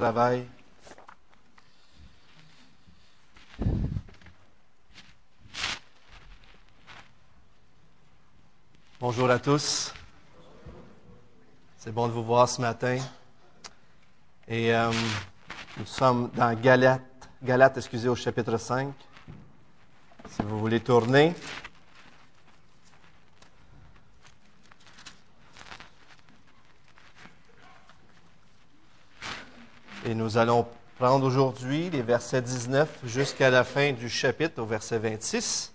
Travail. Bonjour à tous. C'est bon de vous voir ce matin. Et nous sommes dans Galates, au chapitre 5. Si vous voulez tourner. Et nous allons prendre aujourd'hui les versets 19 jusqu'à la fin du chapitre, au verset 26.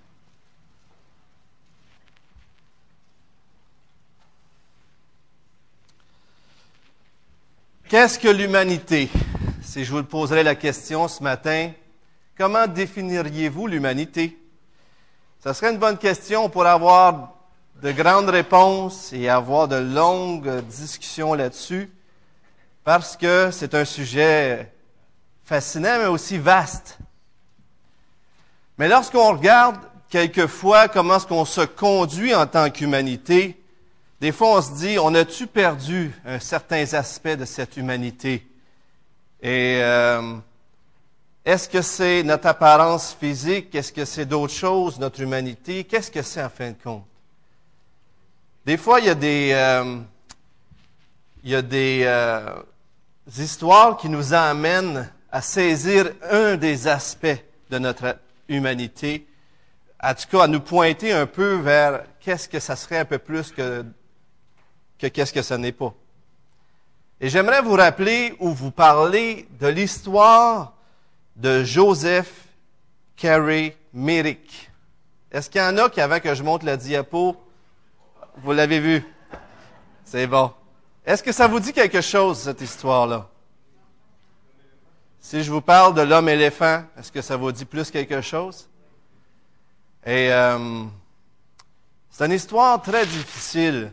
Qu'est-ce que l'humanité? Si je vous poserais la question ce matin, comment définiriez-vous l'humanité? Ça serait une bonne question pour avoir de grandes réponses et avoir de longues discussions là-dessus. Parce que c'est un sujet fascinant, mais aussi vaste. Mais lorsqu'on regarde quelquefois comment est-ce qu'on se conduit en tant qu'humanité, des fois on se dit, on a-tu perdu un certain aspect de cette humanité? Et est-ce que c'est notre apparence physique? Est-ce que c'est d'autres choses, notre humanité? Qu'est-ce que c'est en fin de compte? Des fois, il y a des histoires qui nous amènent à saisir un des aspects de notre humanité, en tout cas à nous pointer un peu vers qu'est-ce que ça serait un peu plus que qu'est-ce que ça n'est pas. Et j'aimerais vous rappeler ou vous parler de l'histoire de Joseph Carey Merrick. Est-ce qu'il y en a qui, avant que je monte la diapo, vous l'avez vu? C'est bon. Est-ce que ça vous dit quelque chose, cette histoire-là? Si je vous parle de l'homme-éléphant, est-ce que ça vous dit plus quelque chose? Et c'est une histoire très difficile.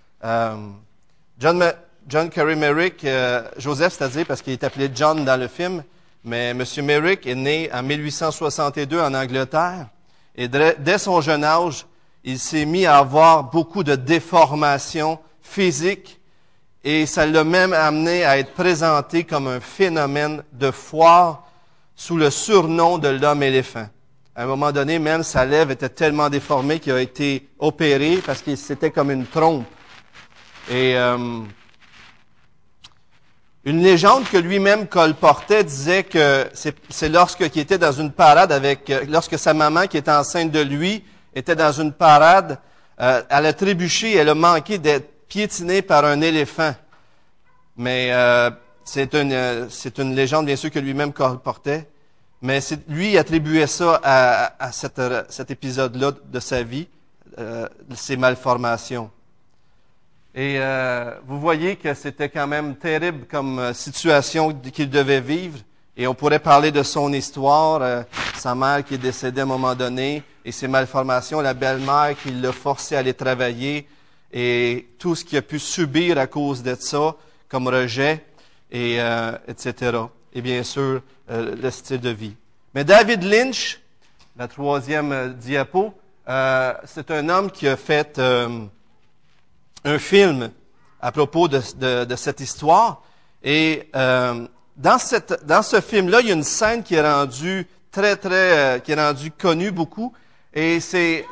John Carey Merrick, Joseph, c'est-à-dire parce qu'il est appelé John dans le film, mais M. Merrick est né en 1862 en Angleterre. Et dès son jeune âge, il s'est mis à avoir beaucoup de déformations physiques. Et ça l'a même amené à être présenté comme un phénomène de foire sous le surnom de l'homme-éléphant. À un moment donné, même sa lèvre était tellement déformée qu'il a été opéré parce que c'était comme une trompe. Et une légende que lui-même colportait disait que c'est lorsqu'il était dans une parade lorsque sa maman qui était enceinte de lui était dans une parade, elle a trébuché, elle a manqué d'être piétiné par un éléphant. Mais c'est une légende, bien sûr, que lui-même colportait. Mais lui attribuait ça à cet épisode-là de sa vie, ses malformations. Et vous voyez que c'était quand même terrible comme situation qu'il devait vivre. Et on pourrait parler de son histoire, sa mère qui est décédée à un moment donné, et ses malformations, la belle-mère qui l'a forcé à aller travailler, et tout ce qu'il a pu subir à cause de ça, comme rejet, et etc. Et bien sûr, le style de vie. Mais David Lynch, la troisième diapo, c'est un homme qui a fait un film à propos de cette histoire. Et dans ce film-là, il y a une scène qui est rendue qui est rendue connue beaucoup. Et c'est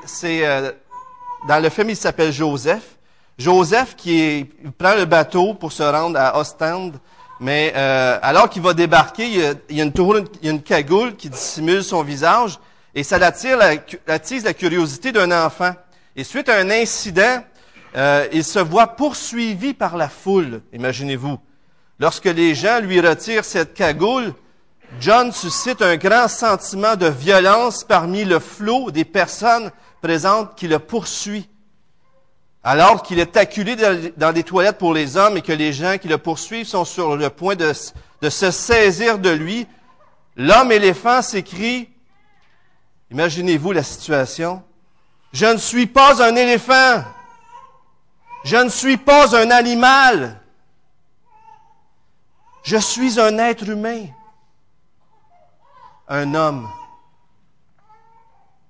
dans le film, il s'appelle Joseph. Joseph il prend le bateau pour se rendre à Ostende, mais alors qu'il va débarquer, il y a une cagoule qui dissimule son visage et ça attise la curiosité d'un enfant. Et suite à un incident, il se voit poursuivi par la foule, imaginez-vous. Lorsque les gens lui retirent cette cagoule, John suscite un grand sentiment de violence parmi le flot des personnes présentes qui le poursuit. Alors qu'il est acculé dans des toilettes pour les hommes et que les gens qui le poursuivent sont sur le point de se saisir de lui, l'homme-éléphant s'écrie, imaginez-vous la situation, « Je ne suis pas un éléphant, je ne suis pas un animal, je suis un être humain, un homme. »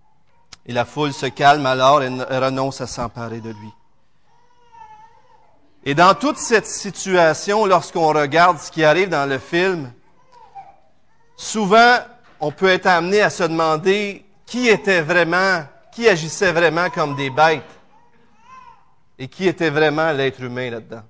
Et la foule se calme alors et renonce à s'emparer de lui. Et dans toute cette situation, lorsqu'on regarde ce qui arrive dans le film, souvent, on peut être amené à se demander qui agissait vraiment comme des bêtes et qui était vraiment l'être humain là-dedans.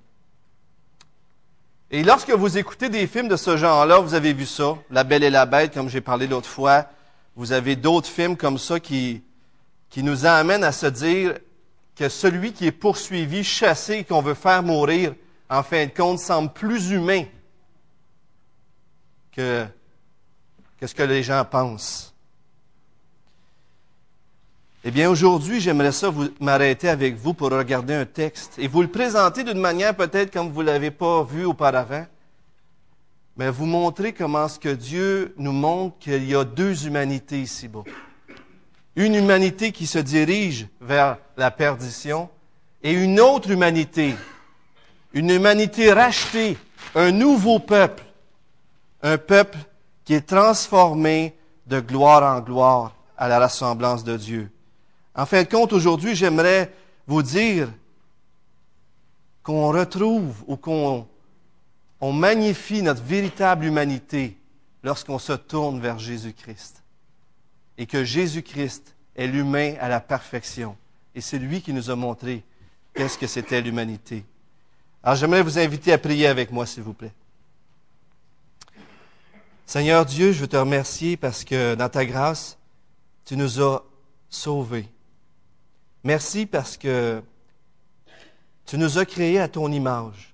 Et lorsque vous écoutez des films de ce genre-là, vous avez vu ça, La Belle et la Bête, comme j'ai parlé l'autre fois, vous avez d'autres films comme ça qui nous amènent à se dire que celui qui est poursuivi, chassé et qu'on veut faire mourir, en fin de compte, semble plus humain que ce que les gens pensent. Eh bien, aujourd'hui, j'aimerais ça m'arrêter avec vous pour regarder un texte et vous le présenter d'une manière peut-être comme vous ne l'avez pas vu auparavant, mais vous montrer comment ce que Dieu nous montre qu'il y a deux humanités ici-bas. Une humanité qui se dirige vers la perdition et une autre humanité, une humanité rachetée, un nouveau peuple, un peuple qui est transformé de gloire en gloire à la ressemblance de Dieu. En fin de compte, aujourd'hui, j'aimerais vous dire qu'on retrouve ou qu'on magnifie notre véritable humanité lorsqu'on se tourne vers Jésus-Christ. Et que Jésus-Christ est l'humain à la perfection. Et c'est lui qui nous a montré qu'est-ce que c'était l'humanité. Alors, j'aimerais vous inviter à prier avec moi, s'il vous plaît. Seigneur Dieu, je veux te remercier parce que dans ta grâce, tu nous as sauvés. Merci parce que tu nous as créés à ton image.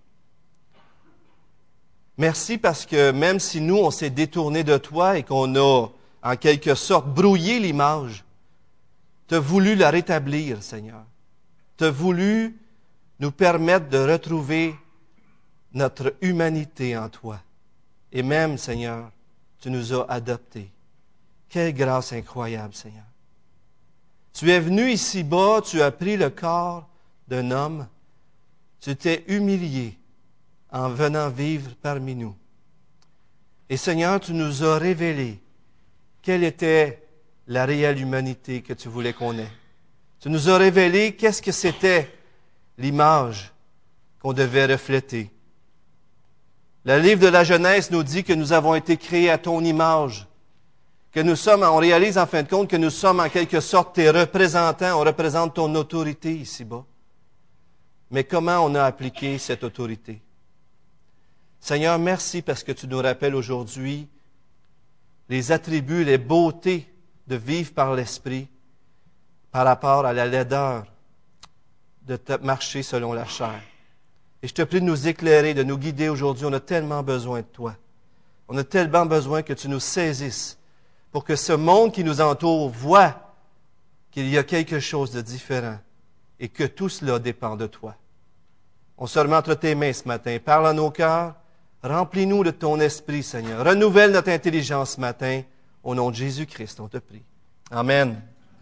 Merci parce que même si nous, on s'est détournés de toi et qu'on a, en quelque sorte, brouillé l'image, tu as voulu la rétablir, Seigneur. Tu as voulu nous permettre de retrouver notre humanité en toi. Et même, Seigneur, tu nous as adoptés. Quelle grâce incroyable, Seigneur. Tu es venu ici-bas, tu as pris le corps d'un homme, tu t'es humilié en venant vivre parmi nous. Et Seigneur, tu nous as révélé quelle était la réelle humanité que tu voulais qu'on ait. Tu nous as révélé qu'est-ce que c'était l'image qu'on devait refléter. Le livre de la Genèse nous dit que nous avons été créés à ton image, que nous sommes, on réalise en fin de compte que nous sommes en quelque sorte tes représentants, on représente ton autorité ici-bas. Mais comment on a appliqué cette autorité? Seigneur, merci parce que tu nous rappelles aujourd'hui les attributs, les beautés de vivre par l'Esprit par rapport à la laideur de marcher selon la chair. Et je te prie de nous éclairer, de nous guider aujourd'hui. On a tellement besoin de toi. On a tellement besoin que tu nous saisisses pour que ce monde qui nous entoure voit qu'il y a quelque chose de différent et que tout cela dépend de toi. On se remet entre tes mains ce matin. Parle à nos cœurs. Remplis-nous de ton esprit, Seigneur. Renouvelle notre intelligence ce matin. Au nom de Jésus-Christ, on te prie. Amen.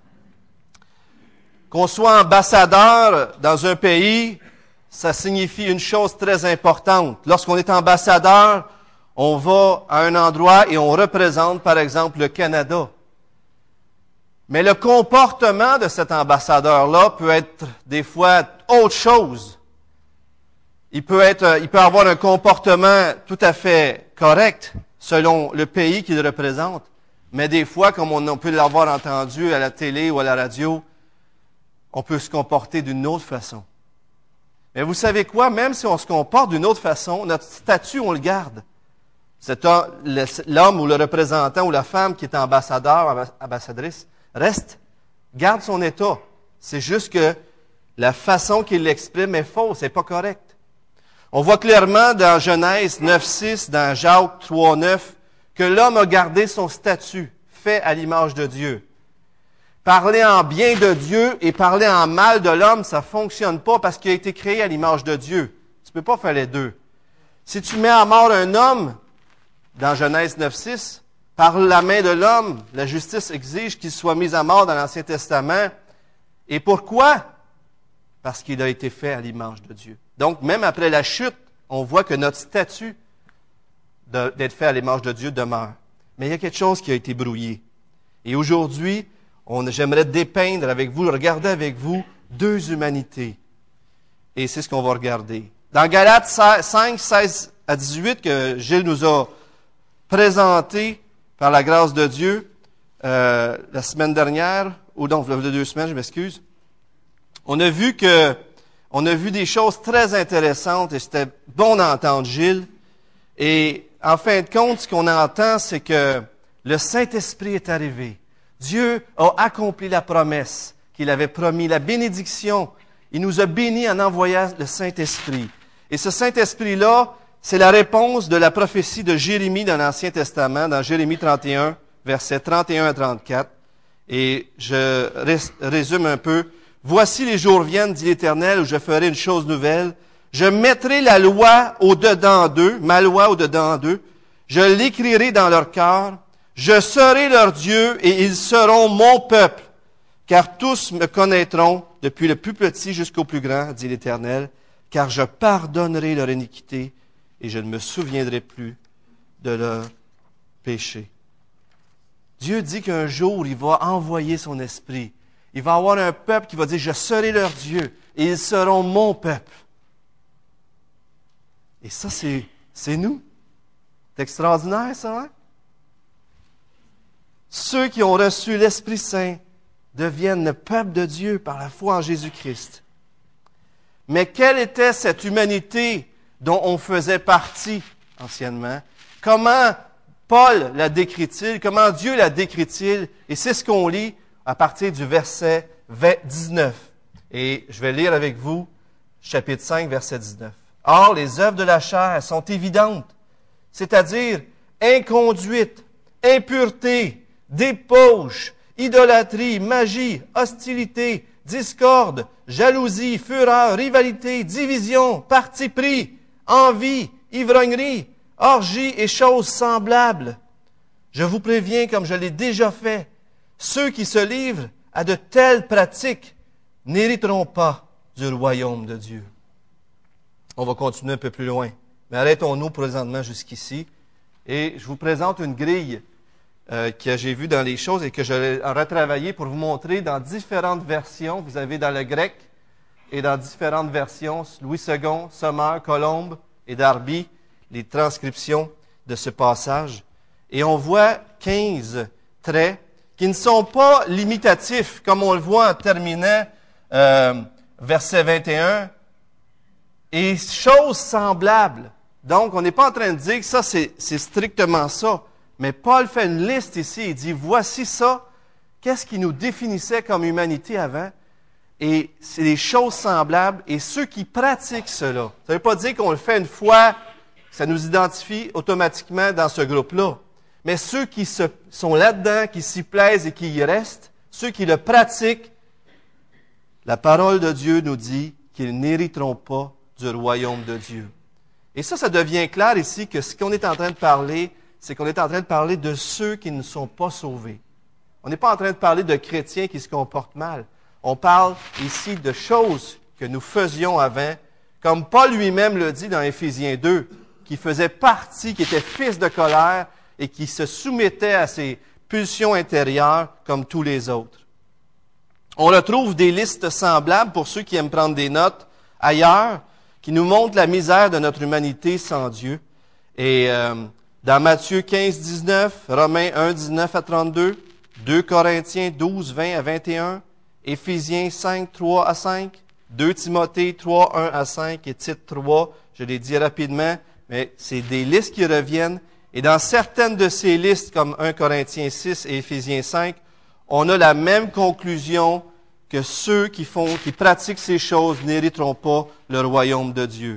Qu'on soit ambassadeur dans un pays, ça signifie une chose très importante. Lorsqu'on est ambassadeur, on va à un endroit et on représente, par exemple, le Canada. Mais le comportement de cet ambassadeur-là peut être des fois autre chose. Il peut avoir un comportement tout à fait correct selon le pays qu'il représente. Mais des fois, comme on peut l'avoir entendu à la télé ou à la radio, on peut se comporter d'une autre façon. Mais vous savez quoi? Même si on se comporte d'une autre façon, notre statut, on le garde. L'homme ou le représentant ou la femme qui est ambassadeur, ambassadrice, garde son état. C'est juste que la façon qu'il l'exprime est fausse, c'est pas correct. On voit clairement dans Genèse 9.6, dans Jacques 3.9, que l'homme a gardé son statut, fait à l'image de Dieu. Parler en bien de Dieu et parler en mal de l'homme, ça fonctionne pas parce qu'il a été créé à l'image de Dieu. Tu peux pas faire les deux. Si tu mets à mort un homme, dans Genèse 9.6, par la main de l'homme, la justice exige qu'il soit mis à mort dans l'Ancien Testament. Et pourquoi? Parce qu'il a été fait à l'image de Dieu. Donc, même après la chute, on voit que notre statut d'être fait à l'image de Dieu demeure. Mais il y a quelque chose qui a été brouillé. Et aujourd'hui, j'aimerais dépeindre avec vous, regarder avec vous deux humanités. Et c'est ce qu'on va regarder. Dans Galates 5, 16 à 18, que Gilles nous a présenté par la grâce de Dieu la semaine dernière, ou donc il y a 2 semaines, je m'excuse, on a vu des choses très intéressantes et c'était bon d'entendre Gilles. Et en fin de compte, ce qu'on entend, c'est que le Saint-Esprit est arrivé. Dieu a accompli la promesse qu'il avait promis, la bénédiction. Il nous a bénis en envoyant le Saint-Esprit. Et ce Saint-Esprit-là, c'est la réponse de la prophétie de Jérémie dans l'Ancien Testament, dans Jérémie 31, versets 31 à 34. Et je résume un peu. « Voici les jours viennent, dit l'Éternel, où je ferai une chose nouvelle. Je mettrai la loi au-dedans d'eux, ma loi au-dedans d'eux. Je l'écrirai dans leur cœur. Je serai leur Dieu et ils seront mon peuple. Car tous me connaîtront, depuis le plus petit jusqu'au plus grand, dit l'Éternel, car je pardonnerai leur iniquité et je ne me souviendrai plus de leur péché. » Dieu dit qu'un jour, il va envoyer son esprit. Il va avoir un peuple qui va dire, je serai leur Dieu et ils seront mon peuple. Et ça, c'est nous. C'est extraordinaire, ça, hein? Ceux qui ont reçu l'Esprit Saint deviennent le peuple de Dieu par la foi en Jésus-Christ. Mais quelle était cette humanité dont on faisait partie anciennement? Comment Paul la décrit-il? Comment Dieu la décrit-il? Et c'est ce qu'on lit à partir du verset 19. Et je vais lire avec vous chapitre 5, verset 19. « Or, les œuvres de la chair sont évidentes, c'est-à-dire inconduite, impureté, débauche, idolâtrie, magie, hostilité, discorde, jalousie, fureur, rivalité, division, parti pris, envie, ivrognerie, orgie et choses semblables. Je vous préviens, comme je l'ai déjà fait, ceux qui se livrent à de telles pratiques n'hériteront pas du royaume de Dieu. » On va continuer un peu plus loin. Mais arrêtons-nous présentement jusqu'ici. Et je vous présente une grille que j'ai vue dans les choses et que je vais retravailler pour vous montrer dans différentes versions. Vous avez dans le grec et dans différentes versions, Louis II, Sommer, Colombe et Darby, les transcriptions de ce passage. Et on voit 15 traits qui ne sont pas limitatifs, comme on le voit en terminant verset 21, et choses semblables. Donc, on n'est pas en train de dire que ça, c'est strictement ça. Mais Paul fait une liste ici. Il dit, voici ça. Qu'est-ce qui nous définissait comme humanité avant? Et c'est des choses semblables. Et ceux qui pratiquent cela, ça ne veut pas dire qu'on le fait une fois, ça nous identifie automatiquement dans ce groupe-là. Mais ceux qui sont là-dedans, qui s'y plaisent et qui y restent, ceux qui le pratiquent, la parole de Dieu nous dit qu'ils n'hériteront pas du royaume de Dieu. Et ça devient clair ici que ce qu'on est en train de parler, c'est qu'on est en train de parler de ceux qui ne sont pas sauvés. On n'est pas en train de parler de chrétiens qui se comportent mal. On parle ici de choses que nous faisions avant, comme Paul lui-même le dit dans Éphésiens 2, qui faisait partie, qui était fils de colère et qui se soumettait à ses pulsions intérieures comme tous les autres. On retrouve des listes semblables pour ceux qui aiment prendre des notes ailleurs, qui nous montrent la misère de notre humanité sans Dieu. Et dans Matthieu 15, 19, Romains 1, 19 à 32, 2 Corinthiens 12, 20 à 21, Éphésiens 5, 3 à 5, 2 Timothée 3, 1 à 5 et Tite 3, je l'ai dit rapidement, mais c'est des listes qui reviennent. Et dans certaines de ces listes, comme 1 Corinthiens 6 et Éphésiens 5, on a la même conclusion que ceux qui pratiquent ces choses n'hériteront pas le royaume de Dieu.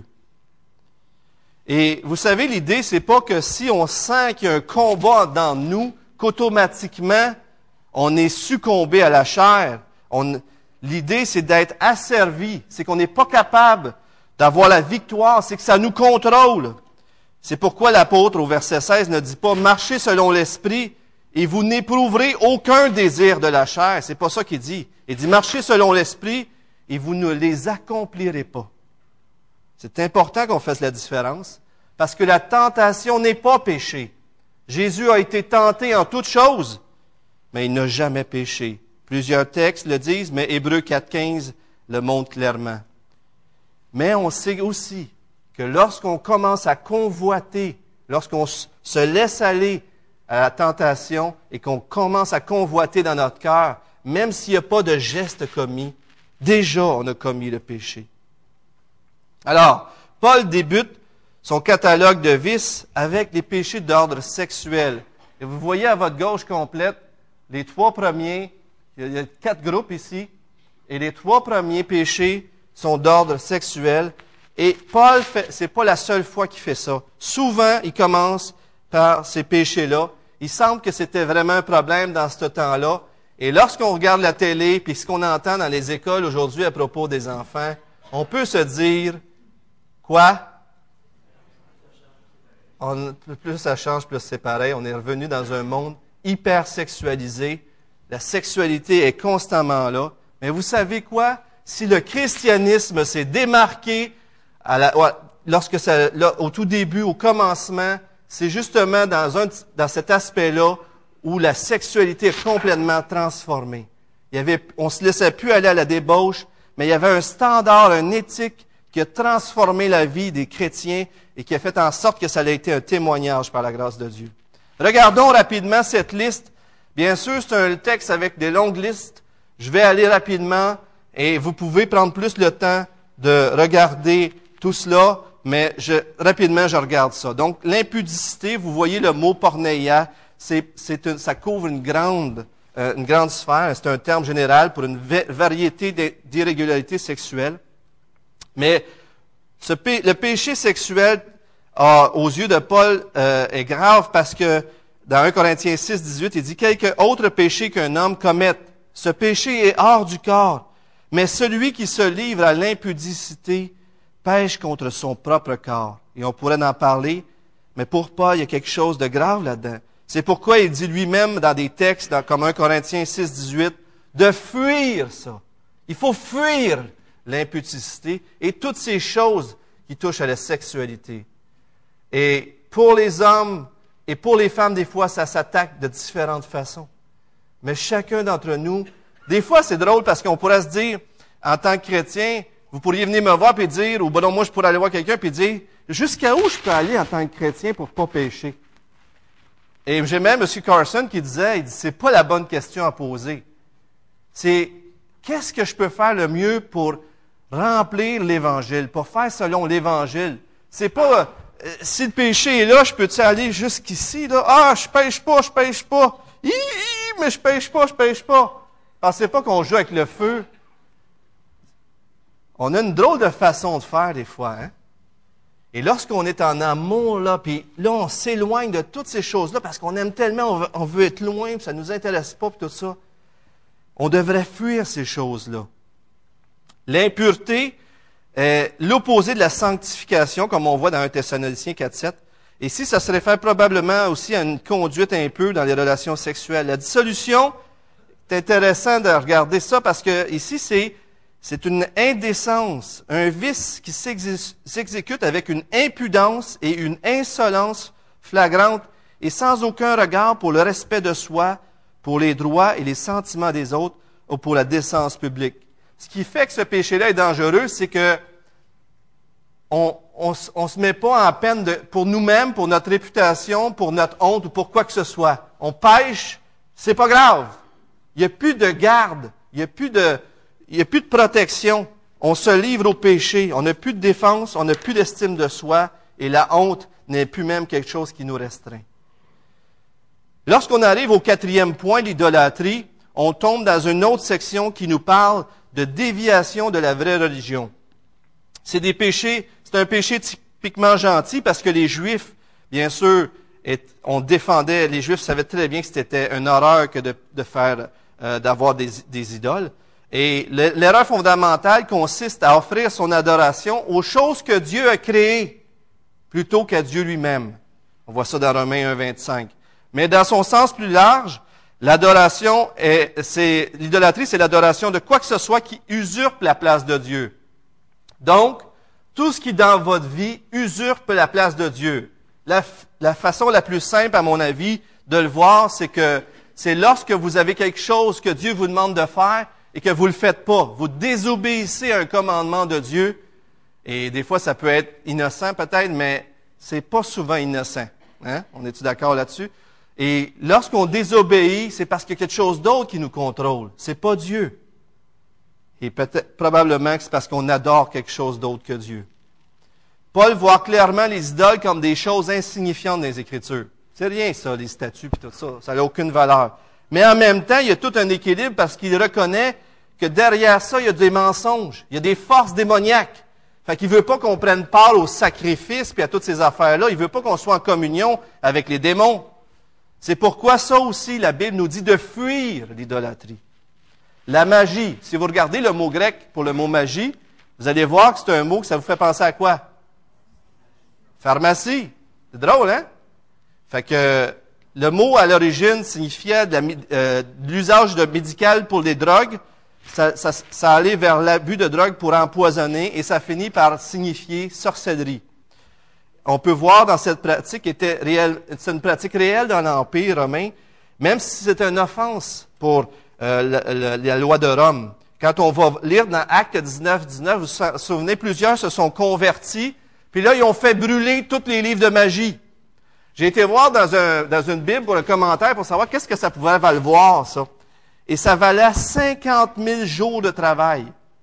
Et vous savez, l'idée, c'est pas que si on sent qu'il y a un combat dans nous, qu'automatiquement, on est succombé à la chair. L'idée, c'est d'être asservi. C'est qu'on n'est pas capable d'avoir la victoire. C'est que ça nous contrôle. C'est pourquoi l'apôtre, au verset 16, ne dit pas « Marchez selon l'esprit et vous n'éprouverez aucun désir de la chair. » C'est pas ça qu'il dit. Il dit « Marchez selon l'esprit et vous ne les accomplirez pas. » C'est important qu'on fasse la différence parce que la tentation n'est pas péché. Jésus a été tenté en toutes choses, mais il n'a jamais péché. Plusieurs textes le disent, mais Hébreux 4.15 le montre clairement. Mais on sait aussi que lorsqu'on commence à convoiter, lorsqu'on se laisse aller à la tentation et qu'on commence à convoiter dans notre cœur, même s'il n'y a pas de geste commis, déjà on a commis le péché. Alors, Paul débute son catalogue de vices avec les péchés d'ordre sexuel. Et vous voyez à votre gauche complète, les 3 premiers, il y a 4 groupes ici, et les 3 premiers péchés sont d'ordre sexuel. Et Paul, c'est pas la seule fois qu'il fait ça. Souvent, il commence par ces péchés-là. Il semble que c'était vraiment un problème dans ce temps-là. Et lorsqu'on regarde la télé, puis ce qu'on entend dans les écoles aujourd'hui à propos des enfants, on peut se dire, quoi? Plus ça change, plus c'est pareil. On est revenu dans un monde hyper sexualisé. La sexualité est constamment là. Mais vous savez quoi? Si le christianisme s'est démarqué au tout début, au commencement, c'est justement dans cet aspect-là où la sexualité est complètement transformée. On se laissait plus aller à la débauche, mais il y avait un standard, une éthique qui a transformé la vie des chrétiens et qui a fait en sorte que ça a été un témoignage par la grâce de Dieu. Regardons rapidement cette liste. Bien sûr, c'est un texte avec des longues listes. Je vais aller rapidement et vous pouvez prendre plus le temps de regarder tout cela, mais rapidement, je regarde ça. Donc, l'impudicité, vous voyez le mot porneia, ça couvre une grande sphère. C'est un terme général pour une variété d'irrégularités sexuelles. Mais le péché sexuel, aux yeux de Paul, est grave parce que dans 1 Corinthiens 6, 18, il dit « Quelque autre péché qu'un homme commette, ce péché est hors du corps, mais celui qui se livre à l'impudicité pêche contre son propre corps. » Et on pourrait en parler, mais pour Paul, il y a quelque chose de grave là-dedans. C'est pourquoi il dit lui-même dans des textes comme 1 Corinthiens 6, 18, de fuir ça. Il faut fuir l'impudicité et toutes ces choses qui touchent à la sexualité. Et pour les hommes et pour les femmes, des fois, ça s'attaque de différentes façons. Mais chacun d'entre nous, des fois, c'est drôle parce qu'on pourrait se dire, en tant que chrétien, vous pourriez venir me voir et dire, ou bon, moi, je pourrais aller voir quelqu'un et dire, jusqu'à où je peux aller en tant que chrétien pour pas pécher? Et j'ai même M. Carson qui disait, c'est pas la bonne question à poser. C'est, qu'est-ce que je peux faire le mieux pour remplir l'Évangile, pour faire selon l'Évangile? C'est pas, si le péché est là, je peux-tu aller jusqu'ici, là? Ah, je pêche pas. Mais je pêche pas. Pensez pas qu'on joue avec le feu. On a une drôle de façon de faire des fois, hein? Et lorsqu'on est en amour, là, puis là, on s'éloigne de toutes ces choses-là parce qu'on aime tellement, on veut être loin, puis ça nous intéresse pas, puis tout ça. On devrait fuir ces choses-là. L'impureté est l'opposé de la sanctification, comme on voit dans 1 Thessaloniciens 4.7. Et ici, ça se réfère probablement aussi à une conduite impure dans les relations sexuelles. La dissolution, c'est intéressant de regarder ça parce que ici, c'est une indécence, un vice qui s'exécute avec une impudence et une insolence flagrante et sans aucun regard pour le respect de soi, pour les droits et les sentiments des autres ou pour la décence publique. Ce qui fait que ce péché-là est dangereux, c'est que on se met pas en peine pour nous-mêmes, pour notre réputation, pour notre honte ou pour quoi que ce soit. On pêche, c'est pas grave. Il n'y a plus de garde, il n'y a plus de protection. On se livre au péché, on n'a plus de défense, on n'a plus d'estime de soi et la honte n'est plus même quelque chose qui nous restreint. Lorsqu'on arrive au 4e point, l'idolâtrie, on tombe dans une autre section qui nous parle de déviation de la vraie religion. C'est un péché typiquement gentil parce que les Juifs, bien sûr, les Juifs savaient très bien que c'était une horreur que d'avoir des idoles. Et l'erreur fondamentale consiste à offrir son adoration aux choses que Dieu a créées plutôt qu'à Dieu lui-même. On voit ça dans Romains 1.25. Mais dans son sens plus large, l'idolâtrie, c'est l'adoration de quoi que ce soit qui usurpe la place de Dieu. Donc, tout ce qui dans votre vie usurpe la place de Dieu. La façon la plus simple, à mon avis, de le voir, c'est lorsque vous avez quelque chose que Dieu vous demande de faire et que vous le faites pas. Vous désobéissez à un commandement de Dieu Et des fois, ça peut être innocent peut-être, mais c'est pas souvent innocent. Hein? On est-tu d'accord là-dessus? Et lorsqu'on désobéit, c'est parce qu'il y a quelque chose d'autre qui nous contrôle. C'est pas Dieu. Et peut-être, probablement que c'est parce qu'on adore quelque chose d'autre que Dieu. Paul voit clairement les idoles comme des choses insignifiantes dans les Écritures. C'est rien ça, les statues et tout ça. Ça n'a aucune valeur. Mais en même temps, il y a tout un équilibre parce qu'il reconnaît que derrière ça, il y a des mensonges. Il y a des forces démoniaques. Fait qu'il veut pas qu'on prenne part au sacrifice puis à toutes ces affaires-là. Il veut pas qu'on soit en communion avec les démons. C'est pourquoi ça aussi, la Bible nous dit de fuir l'idolâtrie. La magie. Si vous regardez le mot grec pour le mot magie, vous allez voir que c'est un mot que ça vous fait penser à quoi? Pharmacie. C'est drôle, hein? Fait que le mot à l'origine signifiait de l'usage de médical pour les drogues. Ça allait vers l'abus de drogue pour empoisonner et ça finit par signifier sorcellerie. On peut voir dans cette pratique c'est une pratique réelle dans l'Empire romain, même si c'était une offense pour la loi de Rome. Quand on va lire dans Actes 19, vous vous souvenez, plusieurs se sont convertis, puis là, ils ont fait brûler tous les livres de magie. J'ai été voir dans une Bible pour un commentaire pour savoir qu'est-ce que ça pouvait valoir, ça. Et ça valait 50 000 jours de travail.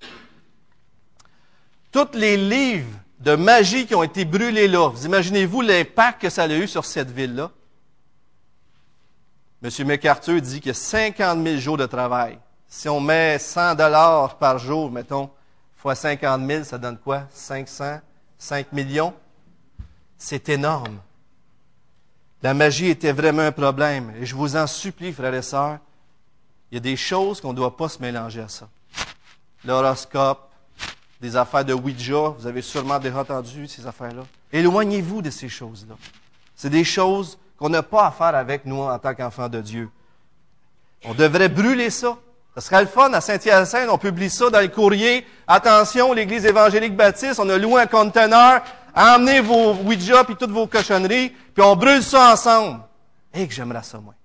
Tous les livres de magie qui ont été brûlés là, vous imaginez-vous l'impact que ça a eu sur cette ville-là? M. MacArthur dit qu'il y a 50 000 jours de travail. Si on met 100 $ par jour, mettons, fois 50 000, ça donne quoi? 500, 5 millions? C'est énorme. La magie était vraiment un problème. Et je vous en supplie, frères et sœurs, il y a des choses qu'on ne doit pas se mélanger à ça. L'horoscope, des affaires de Ouija, vous avez sûrement déjà entendu ces affaires-là. Éloignez-vous de ces choses-là. C'est des choses qu'on n'a pas à faire avec nous en tant qu'enfants de Dieu. On devrait brûler ça. Ce serait le fun à Saint-Hyacinthe, on publie ça dans le courrier. Attention, l'Église évangélique baptiste, on a loué un conteneur, emmenez vos Ouija puis toutes vos cochonneries, puis on brûle ça ensemble. Que j'aimerais ça, moi.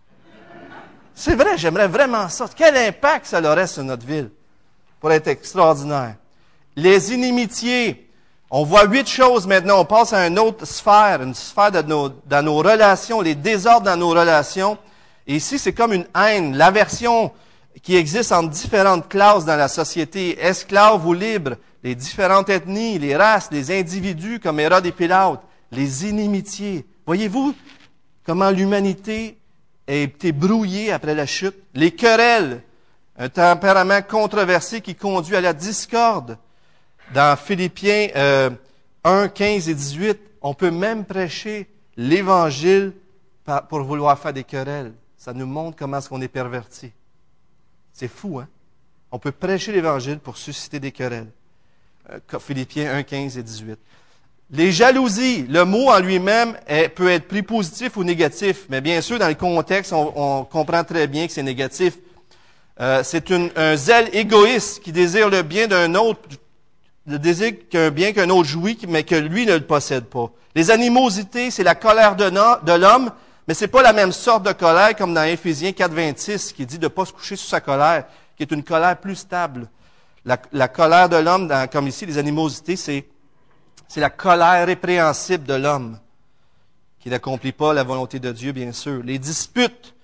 C'est vrai, j'aimerais vraiment ça. Quel impact ça aurait sur notre ville? Pour être extraordinaire. Les inimitiés. On voit 8 choses maintenant. On passe à une autre sphère, dans nos relations, les désordres dans nos relations. Et ici, c'est comme une haine, l'aversion qui existe entre différentes classes dans la société, esclaves ou libres, les différentes ethnies, les races, les individus comme Hérode et Pilate, les inimitiés. Voyez-vous comment l'humanité a été brouillée après la chute? Les querelles, un tempérament controversé qui conduit à la discorde. Dans Philippiens 1, 15 et 18, on peut même prêcher l'Évangile pour vouloir faire des querelles. Ça nous montre comment est-ce qu'on est perverti. C'est fou, hein? On peut prêcher l'Évangile pour susciter des querelles. Philippiens 1, 15 et 18. Les jalousies, le mot en lui-même peut être pris positif ou négatif, mais bien sûr, dans le contexte, on comprend très bien que c'est négatif. C'est un zèle égoïste qui désire le bien d'un autre, le désir qu'un bien qu'un autre jouit, mais que lui ne le possède pas. Les animosités, c'est la colère de l'homme, mais c'est pas la même sorte de colère comme dans Éphésiens 4, 26, qui dit de ne pas se coucher sous sa colère, qui est une colère plus stable. La colère de l'homme, comme ici, les animosités, c'est la colère répréhensible de l'homme, qui n'accomplit pas la volonté de Dieu, bien sûr. Les disputes,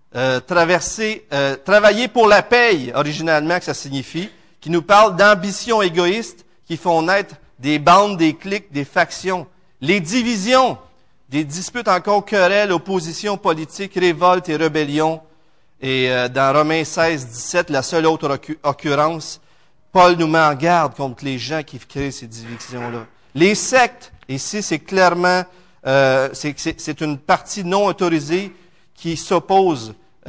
travailler pour la paye, originalement, que ça signifie, qui nous parle d'ambitions égoïstes, qui font naître des bandes, des cliques, des factions. Les divisions, des disputes encore, querelles, oppositions politiques, révoltes et rébellions. Et dans Romains 16, 17, la seule autre occurrence, Paul nous met en garde contre les gens qui créent ces divisions-là. Les sectes, ici c'est clairement, c'est une partie non autorisée qui s'oppose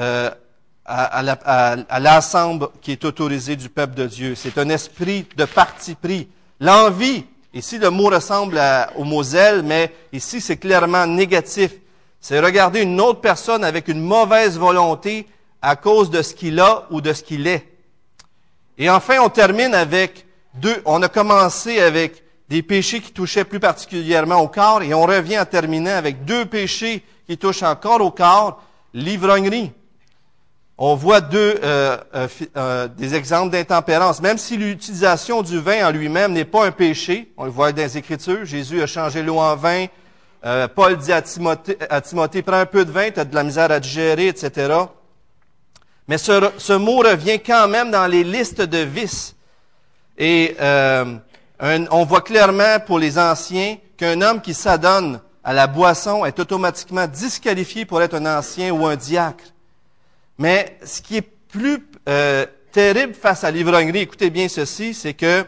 à l'ensemble qui est autorisé du peuple de Dieu. C'est un esprit de parti pris. L'envie, ici le mot ressemble au mot zèle, mais ici c'est clairement négatif. C'est regarder une autre personne avec une mauvaise volonté à cause de ce qu'il a ou de ce qu'il est. Et enfin, on termine avec on a commencé avec des péchés qui touchaient plus particulièrement au corps, et on revient en terminant avec 2 péchés qui touchent encore au corps, l'ivrognerie. on voit des exemples d'intempérance. Même si l'utilisation du vin en lui-même n'est pas un péché, on le voit dans les Écritures, Jésus a changé l'eau en vin, Paul dit à Timothée, prends un peu de vin, tu as de la misère à digérer, etc. Mais ce mot revient quand même dans les listes de vices. Et on voit clairement pour les anciens qu'un homme qui s'adonne à la boisson est automatiquement disqualifié pour être un ancien ou un diacre. Mais ce qui est plus terrible face à l'ivrognerie, écoutez bien ceci, c'est que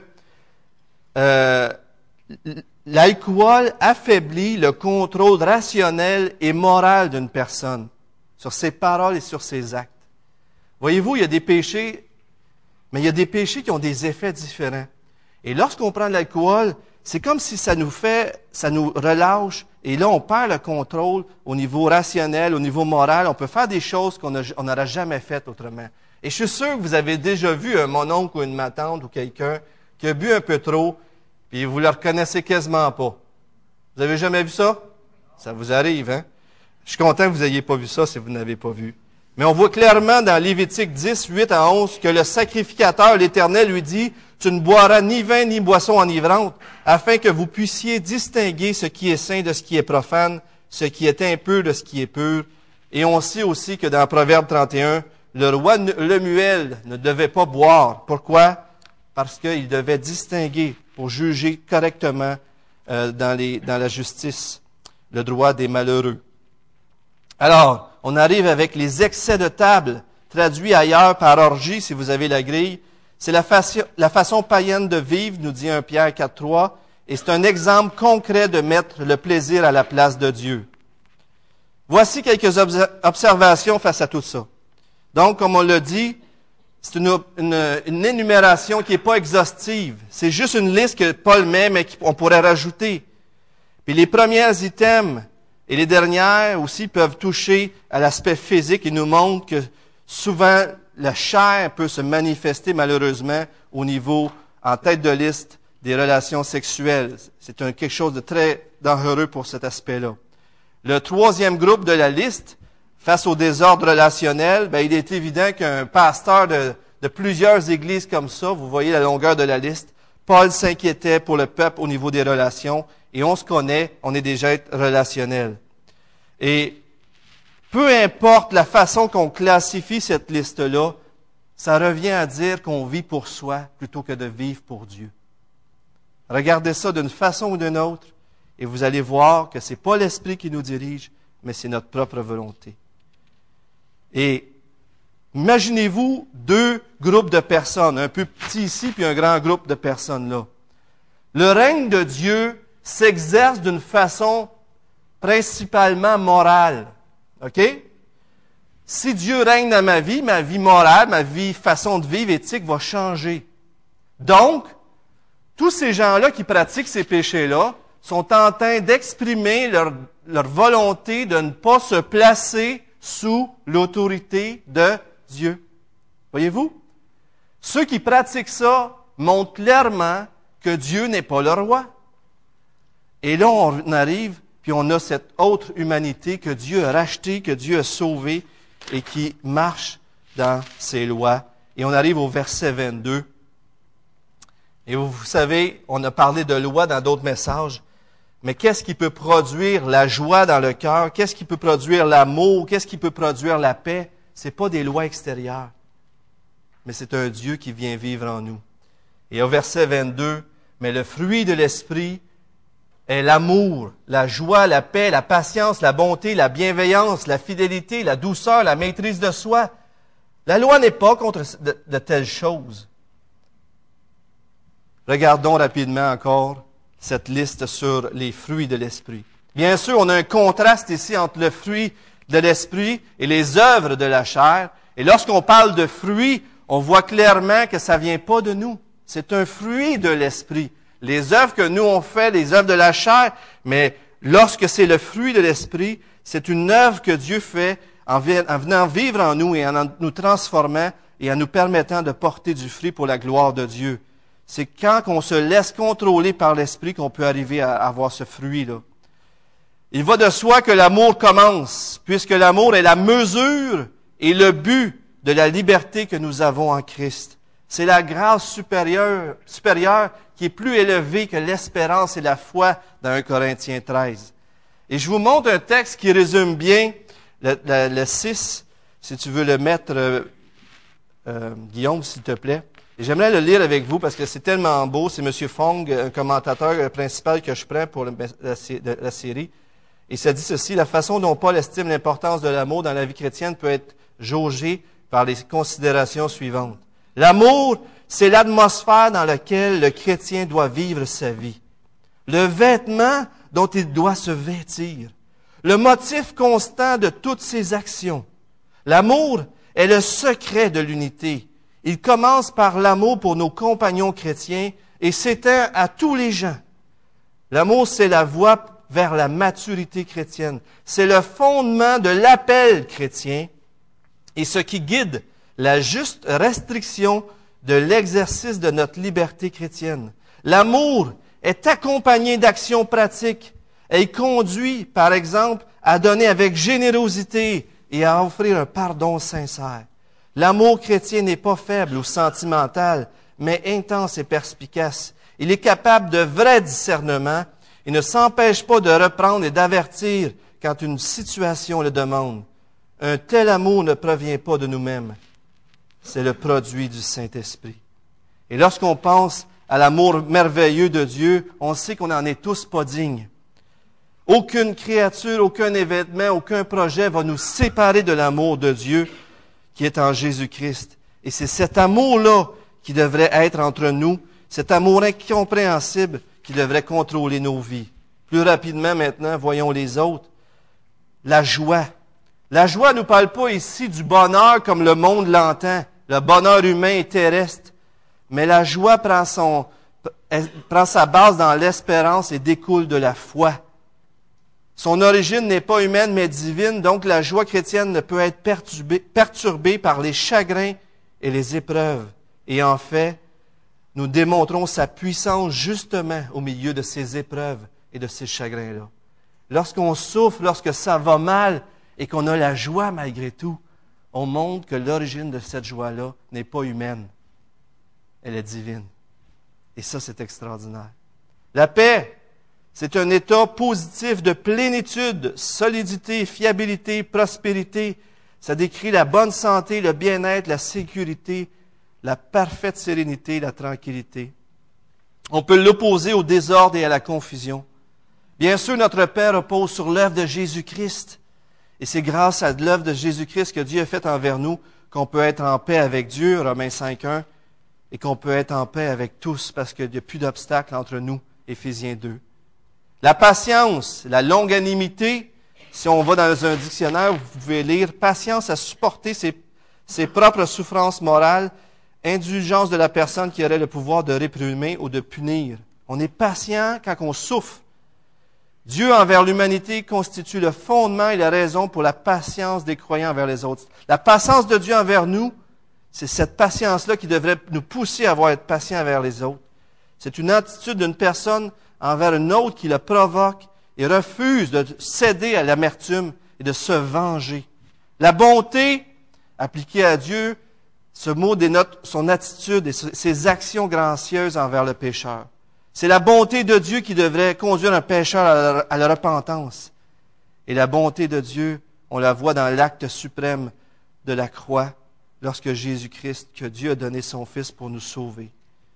l'alcool affaiblit le contrôle rationnel et moral d'une personne sur ses paroles et sur ses actes. Voyez-vous, il y a des péchés, mais il y a des péchés qui ont des effets différents. Et lorsqu'on prend de l'alcool, c'est comme si ça nous relâche, et là, on perd le contrôle au niveau rationnel, au niveau moral. On peut faire des choses qu'on n'aurait jamais faites autrement. Et je suis sûr que vous avez déjà vu un mononcle ou une ma tante ou quelqu'un qui a bu un peu trop, puis vous le reconnaissez quasiment pas. Vous avez jamais vu ça? Ça vous arrive, hein? Je suis content que vous n'ayez pas vu ça si vous n'avez pas vu. Mais on voit clairement dans Lévitique 10, 8 à 11, que le sacrificateur, l'Éternel, lui dit, « Tu ne boiras ni vin ni boisson enivrante, afin que vous puissiez distinguer ce qui est saint de ce qui est profane, ce qui est impur de ce qui est pur. » Et on sait aussi que dans Proverbe 31, le roi Lemuel ne devait pas boire. Pourquoi? Parce qu'il devait distinguer pour juger correctement dans la justice le droit des malheureux. Alors, on arrive avec les excès de table, traduits ailleurs par orgie, si vous avez la grille. C'est la façon païenne de vivre, nous dit 1 Pierre 4.3, et c'est un exemple concret de mettre le plaisir à la place de Dieu. Voici quelques observations face à tout ça. Donc, comme on l'a dit, c'est une énumération qui n'est pas exhaustive. C'est juste une liste que Paul met, mais qu'on pourrait rajouter. Puis les premiers items et les dernières aussi peuvent toucher à l'aspect physique et nous montrent que souvent la chair peut se manifester malheureusement au niveau, en tête de liste, des relations sexuelles. C'est quelque chose de très dangereux pour cet aspect-là. Le troisième groupe de la liste, face au désordre relationnel, il est évident qu'un pasteur de plusieurs églises comme ça, vous voyez la longueur de la liste, Paul s'inquiétait pour le peuple au niveau des relations, et on se connaît, on est des êtres relationnels. Et peu importe la façon qu'on classifie cette liste-là, ça revient à dire qu'on vit pour soi plutôt que de vivre pour Dieu. Regardez ça d'une façon ou d'une autre, et vous allez voir que c'est pas l'Esprit qui nous dirige, mais c'est notre propre volonté. Et imaginez-vous deux groupes de personnes, un peu petit ici, puis un grand groupe de personnes là. Le règne de Dieu s'exerce d'une façon principalement morale. OK? Si Dieu règne dans ma vie morale, ma vie, façon de vivre, éthique va changer. Donc, tous ces gens-là qui pratiquent ces péchés-là sont en train d'exprimer leur volonté de ne pas se placer sous l'autorité de Dieu. Voyez-vous? Ceux qui pratiquent ça montrent clairement que Dieu n'est pas le roi. Et là, on arrive, puis on a cette autre humanité que Dieu a rachetée, que Dieu a sauvée et qui marche dans ses lois. Et on arrive au verset 22. Et vous savez, on a parlé de loi dans d'autres messages, mais qu'est-ce qui peut produire la joie dans le cœur? Qu'est-ce qui peut produire l'amour? Qu'est-ce qui peut produire la paix? C'est pas des lois extérieures, mais c'est un Dieu qui vient vivre en nous. Et au verset 22, mais le fruit de l'esprit est l'amour, la joie, la paix, la patience, la bonté, la bienveillance, la fidélité, la douceur, la maîtrise de soi. La loi n'est pas contre de telles choses. Regardons rapidement encore cette liste sur les fruits de l'esprit. Bien sûr, on a un contraste ici entre le fruit de l'esprit et les œuvres de la chair. Et lorsqu'on parle de fruits, on voit clairement que ça vient pas de nous. C'est un fruit de l'esprit. Les œuvres que nous on fait, les œuvres de la chair, mais lorsque c'est le fruit de l'esprit, c'est une œuvre que Dieu fait en venant vivre en nous et en nous transformant et en nous permettant de porter du fruit pour la gloire de Dieu. C'est quand on se laisse contrôler par l'esprit qu'on peut arriver à avoir ce fruit-là. Il va de soi que l'amour commence, puisque l'amour est la mesure et le but de la liberté que nous avons en Christ. C'est la grâce supérieure qui est plus élevée que l'espérance et la foi dans 1 Corinthiens 13. Et je vous montre un texte qui résume bien le 6, si tu veux le mettre, Guillaume, s'il te plaît. Et j'aimerais le lire avec vous parce que c'est tellement beau. C'est M. Fong, un commentateur principal que je prends pour la série. Et ça dit ceci: la façon dont Paul estime l'importance de l'amour dans la vie chrétienne peut être jaugée par les considérations suivantes. L'amour, c'est l'atmosphère dans laquelle le chrétien doit vivre sa vie. Le vêtement dont il doit se vêtir. Le motif constant de toutes ses actions. L'amour est le secret de l'unité. Il commence par l'amour pour nos compagnons chrétiens et s'étend à tous les gens. L'amour, c'est la voie vers la maturité chrétienne. C'est le fondement de l'appel chrétien et ce qui guide la juste restriction de l'exercice de notre liberté chrétienne. L'amour est accompagné d'actions pratiques et il conduit, par exemple, à donner avec générosité et à offrir un pardon sincère. L'amour chrétien n'est pas faible ou sentimental, mais intense et perspicace. Il est capable de vrai discernement et ne s'empêche pas de reprendre et d'avertir quand une situation le demande. Un tel amour ne provient pas de nous-mêmes. C'est le produit du Saint-Esprit. Et lorsqu'on pense à l'amour merveilleux de Dieu, on sait qu'on n'en est tous pas dignes. Aucune créature, aucun événement, aucun projet va nous séparer de l'amour de Dieu qui est en Jésus-Christ. Et c'est cet amour-là qui devrait être entre nous, cet amour incompréhensible qui devrait contrôler nos vies. Plus rapidement maintenant, voyons les autres. La joie. La joie ne nous parle pas ici du bonheur comme le monde l'entend, le bonheur humain et terrestre. Mais la joie prend sa base dans l'espérance et découle de la foi. Son origine n'est pas humaine mais divine, donc la joie chrétienne ne peut être perturbée par les chagrins et les épreuves. Et en fait, nous démontrons sa puissance justement au milieu de ces épreuves et de ces chagrins-là. Lorsqu'on souffre, lorsque ça va mal et qu'on a la joie malgré tout, on montre que l'origine de cette joie-là n'est pas humaine. Elle est divine. Et ça, c'est extraordinaire. La paix, c'est un état positif de plénitude, solidité, fiabilité, prospérité. Ça décrit la bonne santé, le bien-être, la sécurité, la parfaite sérénité, la tranquillité. On peut l'opposer au désordre et à la confusion. Bien sûr, notre paix repose sur l'œuvre de Jésus-Christ. Et c'est grâce à l'œuvre de Jésus-Christ que Dieu a faite envers nous qu'on peut être en paix avec Dieu, Romains 5.1, et qu'on peut être en paix avec tous parce qu'il n'y a plus d'obstacles entre nous, Éphésiens 2. La patience, la longanimité, si on va dans un dictionnaire, vous pouvez lire patience à supporter ses propres souffrances morales, indulgence de la personne qui aurait le pouvoir de réprimer ou de punir. On est patient quand on souffre. Dieu envers l'humanité constitue le fondement et la raison pour la patience des croyants envers les autres. La patience de Dieu envers nous, c'est cette patience-là qui devrait nous pousser à être patients envers les autres. C'est une attitude d'une personne envers une autre qui le provoque et refuse de céder à l'amertume et de se venger. La bonté, appliquée à Dieu, ce mot dénote son attitude et ses actions gracieuses envers le pécheur. C'est la bonté de Dieu qui devrait conduire un pécheur à la repentance. Et la bonté de Dieu, on la voit dans l'acte suprême de la croix, lorsque Jésus-Christ, que Dieu a donné son Fils pour nous sauver.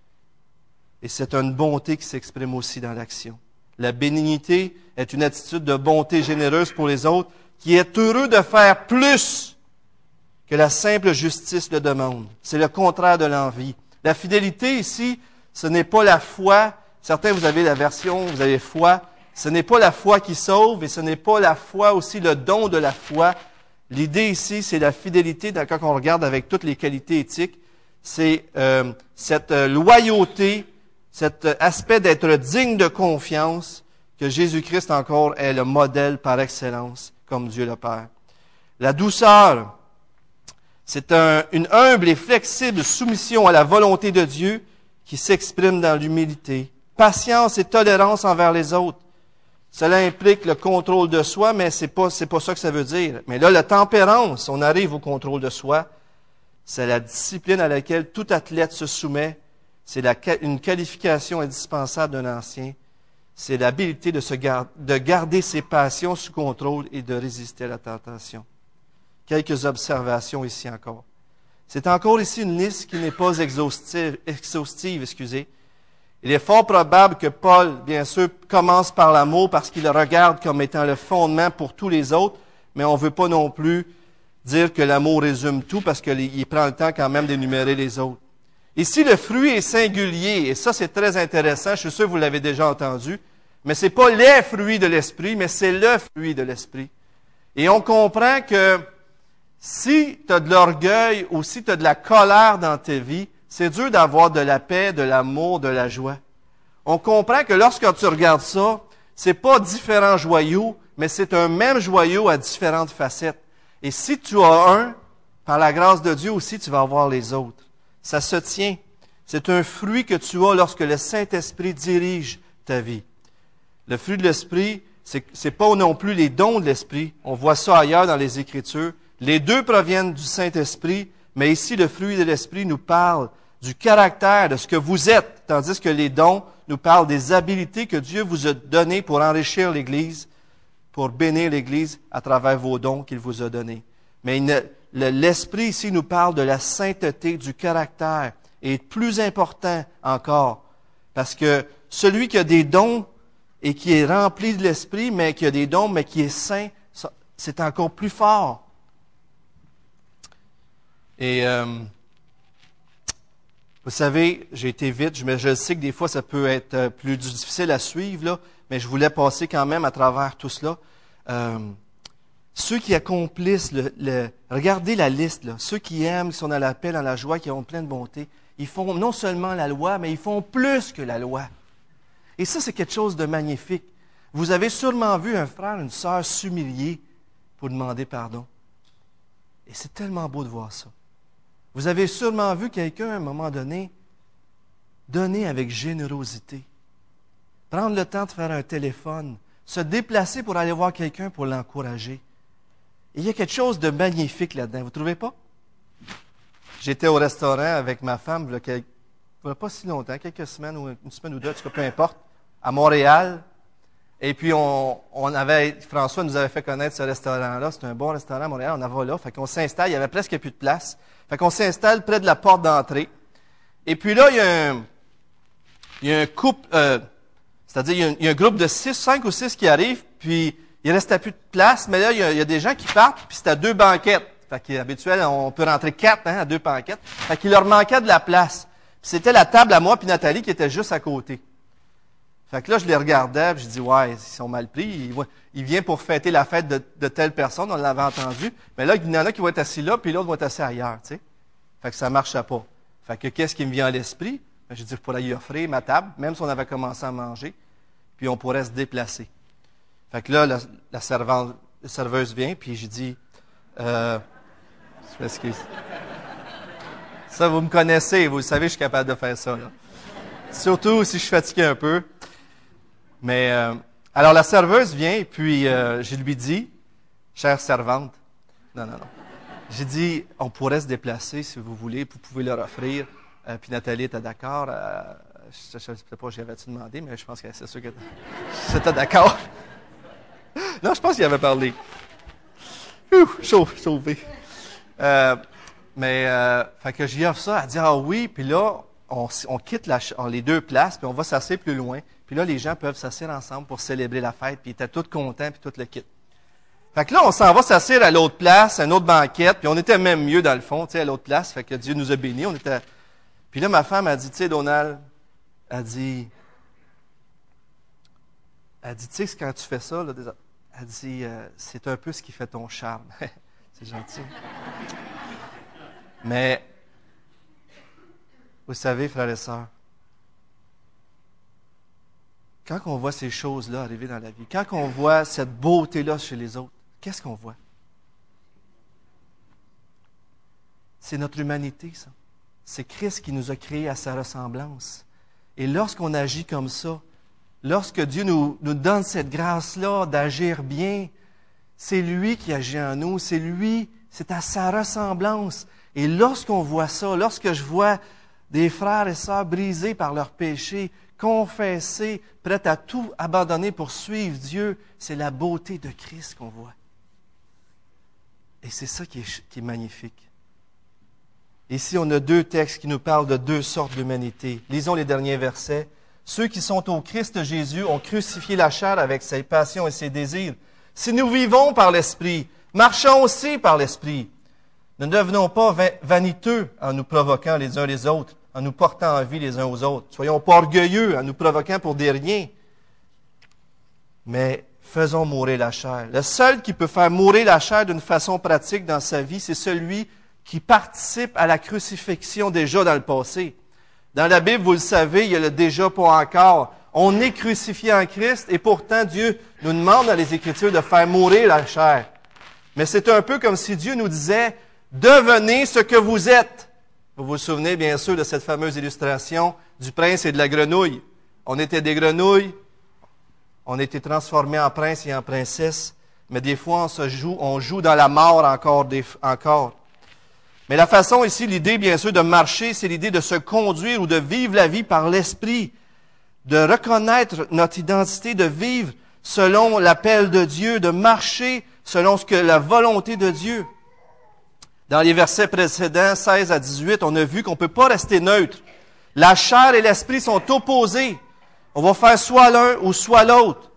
Et c'est une bonté qui s'exprime aussi dans l'action. La bénignité est une attitude de bonté généreuse pour les autres, qui est heureux de faire plus que la simple justice le demande. C'est le contraire de l'envie. La fidélité ici, ce n'est pas la foi. Certains, vous avez la version, vous avez foi. Ce n'est pas la foi qui sauve et ce n'est pas la foi aussi le don de la foi. L'idée ici, c'est la fidélité, quand on regarde avec toutes les qualités éthiques, c'est cette loyauté, cet aspect d'être digne de confiance, que Jésus-Christ encore est le modèle par excellence, comme Dieu le Père. La douceur, c'est une humble et flexible soumission à la volonté de Dieu qui s'exprime dans l'humilité. Patience et tolérance envers les autres. Cela implique le contrôle de soi, mais c'est pas ça que ça veut dire. Mais là, la tempérance, on arrive au contrôle de soi. C'est la discipline à laquelle tout athlète se soumet. C'est une qualification indispensable d'un ancien. C'est l'habilité de garder ses passions sous contrôle et de résister à la tentation. Quelques observations ici encore. C'est encore ici une liste qui n'est pas exhaustive. Il est fort probable que Paul, bien sûr, commence par l'amour parce qu'il le regarde comme étant le fondement pour tous les autres, mais on ne veut pas non plus dire que l'amour résume tout parce qu'il prend le temps quand même d'énumérer les autres. Ici, le fruit est singulier, et ça, c'est très intéressant. Je suis sûr que vous l'avez déjà entendu. Mais c'est pas les fruits de l'esprit, mais c'est le fruit de l'esprit. Et on comprend que si tu as de l'orgueil ou si tu as de la colère dans ta vie, c'est dur d'avoir de la paix, de l'amour, de la joie. On comprend que lorsque tu regardes ça, c'est pas différents joyaux, mais c'est un même joyau à différentes facettes. Et si tu as un, par la grâce de Dieu aussi, tu vas avoir les autres. Ça se tient. C'est un fruit que tu as lorsque le Saint-Esprit dirige ta vie. Le fruit de l'Esprit, c'est pas non plus les dons de l'Esprit. On voit ça ailleurs dans les Écritures. Les deux proviennent du Saint-Esprit, mais ici, le fruit de l'Esprit nous parle du caractère, de ce que vous êtes, tandis que les dons nous parlent des habiletés que Dieu vous a données pour enrichir l'Église, pour bénir l'Église à travers vos dons qu'il vous a donnés. Mais l'Esprit ici nous parle de la sainteté, du caractère, et plus important encore, parce que celui qui a des dons et qui est rempli de l'Esprit, mais qui a des dons, mais qui est saint, c'est encore plus fort. Et vous savez, j'ai été vite, mais je sais que des fois ça peut être plus difficile à suivre, là, mais je voulais passer quand même à travers tout cela. Ceux qui accomplissent regardez la liste, là, ceux qui aiment, qui sont dans la paix, dans la joie, qui ont plein de bonté, ils font non seulement la loi, mais ils font plus que la loi. Et ça, c'est quelque chose de magnifique. Vous avez sûrement vu un frère, une sœur s'humilier pour demander pardon. Et c'est tellement beau de voir ça. Vous avez sûrement vu quelqu'un, à un moment donné, donner avec générosité. Prendre le temps de faire un téléphone, se déplacer pour aller voir quelqu'un pour l'encourager. Et il y a quelque chose de magnifique là-dedans, vous ne trouvez pas? J'étais au restaurant avec ma femme, il n'y a pas si longtemps, quelques semaines ou une semaine ou deux, en tout cas, peu importe, à Montréal. Et puis, François nous avait fait connaître ce restaurant-là. C'est un bon restaurant à Montréal, on en va là. Fait qu'on s'installe, il y avait presque plus de place. Fait qu'on s'installe près de la porte d'entrée. Et puis là, il y a un couple, c'est-à-dire, il y a un groupe de 5 ou 6 qui arrivent, puis il restait plus de place, mais là, il y a des gens qui partent, puis c'est à 2 banquettes. Fait qu'habituel, on peut rentrer 4 à 2 banquettes. Fait qu'il leur manquait de la place. Puis c'était la table à moi puis Nathalie qui était juste à côté. Fait que là, je les regardais, puis je dis, ouais, ils sont mal pris. Il vient pour fêter la fête de telle personne, on l'avait entendu. Mais là, il y en a qui vont être assis là, puis l'autre va être assis ailleurs, tu sais. Fait que ça marchait pas. Fait que qu'est-ce qui me vient à l'esprit? Ben, je dis, je pourrais y offrir ma table, même si on avait commencé à manger, puis on pourrait se déplacer. Fait que là, la serveuse vient, puis je dis, je m'excuse. Ça, vous me connaissez, vous savez, je suis capable de faire ça, là. Surtout si je suis fatigué un peu. Mais, alors la serveuse vient, et puis je lui dis, chère servante, non. J'ai dit, on pourrait se déplacer si vous voulez, vous pouvez leur offrir. Puis Nathalie était d'accord. Je ne sais pas, j'y avais-tu demandé, mais je pense que c'est sûr que c'était d'accord. Non, je pense qu'il avait parlé. Chauffé. Fait que j'y offre ça, elle dit, ah oui, puis là, on quitte les 2 places, puis on va s'asseoir plus loin. Puis là, les gens peuvent s'asseoir ensemble pour célébrer la fête, puis ils étaient tous contents, puis tout le kit. Fait que là, on s'en va s'asseoir à l'autre place, à une autre banquette, puis on était même mieux dans le fond, tu sais, à l'autre place. Fait que Dieu nous a bénis. Puis là, ma femme a dit, tu sais, Donald, elle dit, tu sais, quand tu fais ça, là, elle dit, c'est un peu ce qui fait ton charme. C'est gentil. Mais, vous savez, frères et sœurs, quand on voit ces choses-là arriver dans la vie, quand on voit cette beauté-là chez les autres, qu'est-ce qu'on voit? C'est notre humanité, ça. C'est Christ qui nous a créés à sa ressemblance. Et lorsqu'on agit comme ça, lorsque Dieu nous donne cette grâce-là d'agir bien, c'est lui qui agit en nous, c'est lui, c'est à sa ressemblance. Et lorsqu'on voit ça, lorsque je vois des frères et sœurs brisés par leurs péchés, confessés, prêts à tout abandonner pour suivre Dieu, c'est la beauté de Christ qu'on voit. Et c'est ça qui est magnifique. Ici, on a deux textes qui nous parlent de deux sortes d'humanité. Lisons les derniers versets. Ceux qui sont au Christ Jésus ont crucifié la chair avec ses passions et ses désirs. Si nous vivons par l'Esprit, marchons aussi par l'Esprit. Ne devenons pas vaniteux en nous provoquant les uns les autres, en nous portant en vie les uns aux autres. Soyons pas orgueilleux en nous provoquant pour des riens. Mais faisons mourir la chair. Le seul qui peut faire mourir la chair d'une façon pratique dans sa vie, c'est celui qui participe à la crucifixion déjà dans le passé. Dans la Bible, vous le savez, il y a le déjà pas encore. On est crucifié en Christ et pourtant Dieu nous demande dans les Écritures de faire mourir la chair. Mais c'est un peu comme si Dieu nous disait, devenez ce que vous êtes. Vous vous souvenez bien sûr de cette fameuse illustration du prince et de la grenouille. On était des grenouilles, on a été transformés en prince et en princesse, mais des fois on joue dans la mort encore. Mais la façon ici, l'idée bien sûr de marcher, c'est l'idée de se conduire ou de vivre la vie par l'Esprit, de reconnaître notre identité, de vivre selon l'appel de Dieu, de marcher selon ce que la volonté de Dieu. Dans les versets précédents, 16 à 18, on a vu qu'on ne peut pas rester neutre. La chair et l'esprit sont opposés. On va faire soit l'un ou soit l'autre.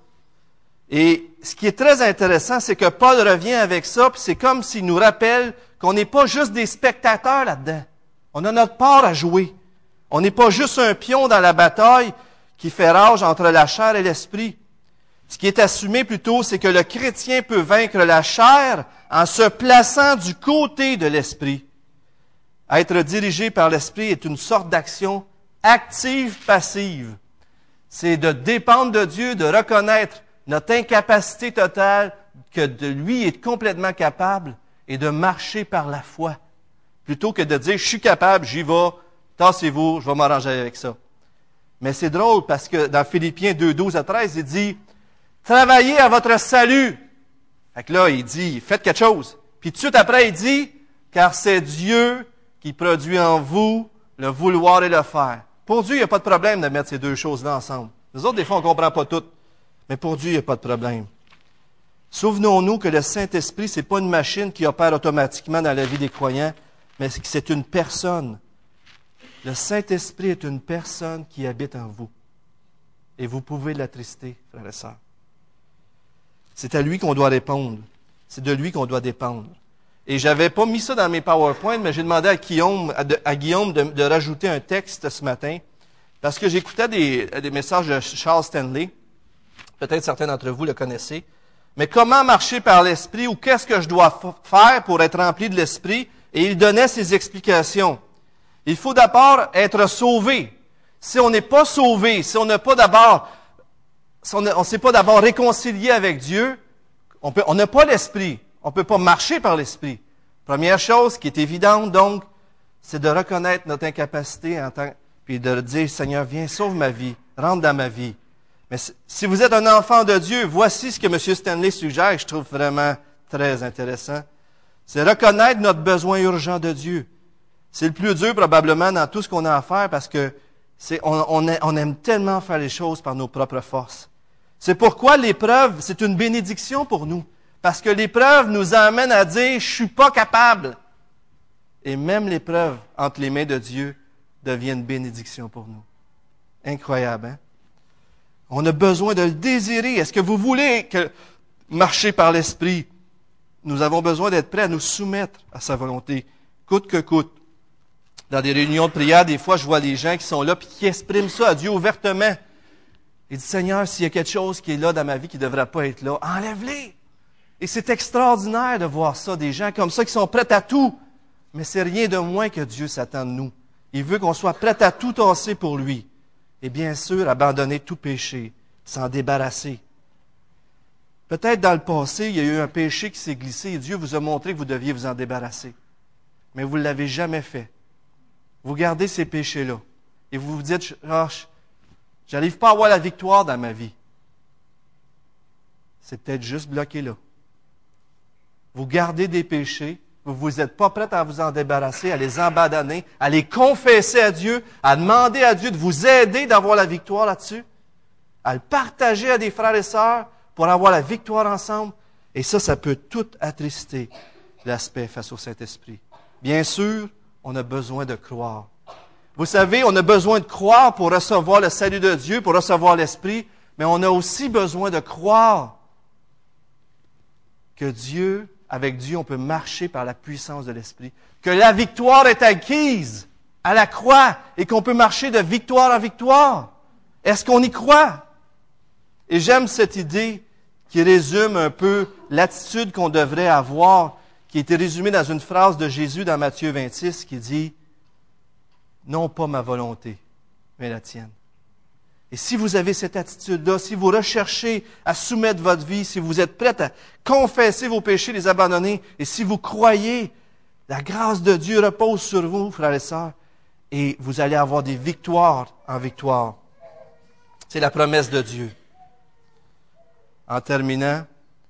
Et ce qui est très intéressant, c'est que Paul revient avec ça, puis c'est comme s'il nous rappelle qu'on n'est pas juste des spectateurs là-dedans. On a notre part à jouer. On n'est pas juste un pion dans la bataille qui fait rage entre la chair et l'esprit. Ce qui est assumé plutôt, c'est que le chrétien peut vaincre la chair en se plaçant du côté de l'esprit. Être dirigé par l'esprit est une sorte d'action active-passive. C'est de dépendre de Dieu, de reconnaître notre incapacité totale, que de lui est complètement capable, et de marcher par la foi. Plutôt que de dire, je suis capable, j'y vais, tassez-vous, je vais m'arranger avec ça. Mais c'est drôle parce que dans Philippiens 2, 12 à 13, il dit, travaillez à votre salut. Fait que là, il dit, faites quelque chose. Puis tout de suite après, il dit, car c'est Dieu qui produit en vous le vouloir et le faire. Pour Dieu, il n'y a pas de problème de mettre ces deux choses-là ensemble. Nous autres, des fois, on ne comprend pas tout. Mais pour Dieu, il n'y a pas de problème. Souvenons-nous que le Saint-Esprit, ce n'est pas une machine qui opère automatiquement dans la vie des croyants, mais c'est une personne. Le Saint-Esprit est une personne qui habite en vous. Et vous pouvez l'attrister, frères et sœurs. C'est à lui qu'on doit répondre. C'est de lui qu'on doit dépendre. Et j'avais pas mis ça dans mes PowerPoint, mais j'ai demandé à Guillaume de rajouter un texte ce matin, parce que j'écoutais des messages de Charles Stanley. Peut-être certains d'entre vous le connaissez. Mais comment marcher par l'Esprit ou qu'est-ce que je dois faire pour être rempli de l'Esprit? Et il donnait ses explications. Il faut d'abord être sauvé. Si on n'est pas sauvé, si on n'a pas d'abord, si on ne s'est pas d'abord réconcilié avec Dieu, on n'a pas l'Esprit. On ne peut pas marcher par l'Esprit. Première chose qui est évidente, donc, c'est de reconnaître notre incapacité puis de dire, Seigneur, viens, sauve ma vie, rentre dans ma vie. Mais si vous êtes un enfant de Dieu, voici ce que M. Stanley suggère, et je trouve vraiment très intéressant. C'est reconnaître notre besoin urgent de Dieu. C'est le plus dur probablement dans tout ce qu'on a à faire parce que on aime tellement faire les choses par nos propres forces. C'est pourquoi l'épreuve, c'est une bénédiction pour nous. Parce que l'épreuve nous amène à dire « je suis pas capable ». Et même l'épreuve entre les mains de Dieu devient une bénédiction pour nous. Incroyable, hein? On a besoin de le désirer. Est-ce que vous voulez marcher par l'Esprit? Nous avons besoin d'être prêts à nous soumettre à sa volonté, coûte que coûte. Dans des réunions de prière, des fois, je vois les gens qui sont là et qui expriment ça à Dieu ouvertement. Ils disent, Seigneur, s'il y a quelque chose qui est là dans ma vie qui ne devrait pas être là, enlève-les. Et c'est extraordinaire de voir ça, des gens comme ça qui sont prêts à tout. Mais c'est rien de moins que Dieu s'attend de nous. Il veut qu'on soit prêts à tout tasser pour lui. Et bien sûr, abandonner tout péché, s'en débarrasser. Peut-être dans le passé, il y a eu un péché qui s'est glissé et Dieu vous a montré que vous deviez vous en débarrasser. Mais vous ne l'avez jamais fait. Vous gardez ces péchés-là. Et vous vous dites, j'arrive pas à avoir la victoire dans ma vie. C'est peut-être juste bloqué là. vous gardez des péchés, vous n'êtes pas prêt à vous en débarrasser, à les abandonner, à les confesser à Dieu, à demander à Dieu de vous aider d'avoir la victoire là-dessus, à le partager à des frères et sœurs pour avoir la victoire ensemble. Et ça peut tout attrister l'aspect face au Saint-Esprit. Bien sûr, on a besoin de croire. Vous savez, on a besoin de croire pour recevoir le salut de Dieu, pour recevoir l'Esprit, mais on a aussi besoin de croire que avec Dieu, on peut marcher par la puissance de l'Esprit, que la victoire est acquise à la croix et qu'on peut marcher de victoire en victoire. Est-ce qu'on y croit? Et j'aime cette idée qui résume un peu l'attitude qu'on devrait avoir, qui a été résumée dans une phrase de Jésus dans Matthieu 26, qui dit « Non pas ma volonté, mais la tienne ». Et si vous avez cette attitude-là, si vous recherchez à soumettre votre vie, si vous êtes prêt à confesser vos péchés, les abandonner, et si vous croyez, la grâce de Dieu repose sur vous, frères et sœurs, et vous allez avoir des victoires en victoire. C'est la promesse de Dieu. En terminant,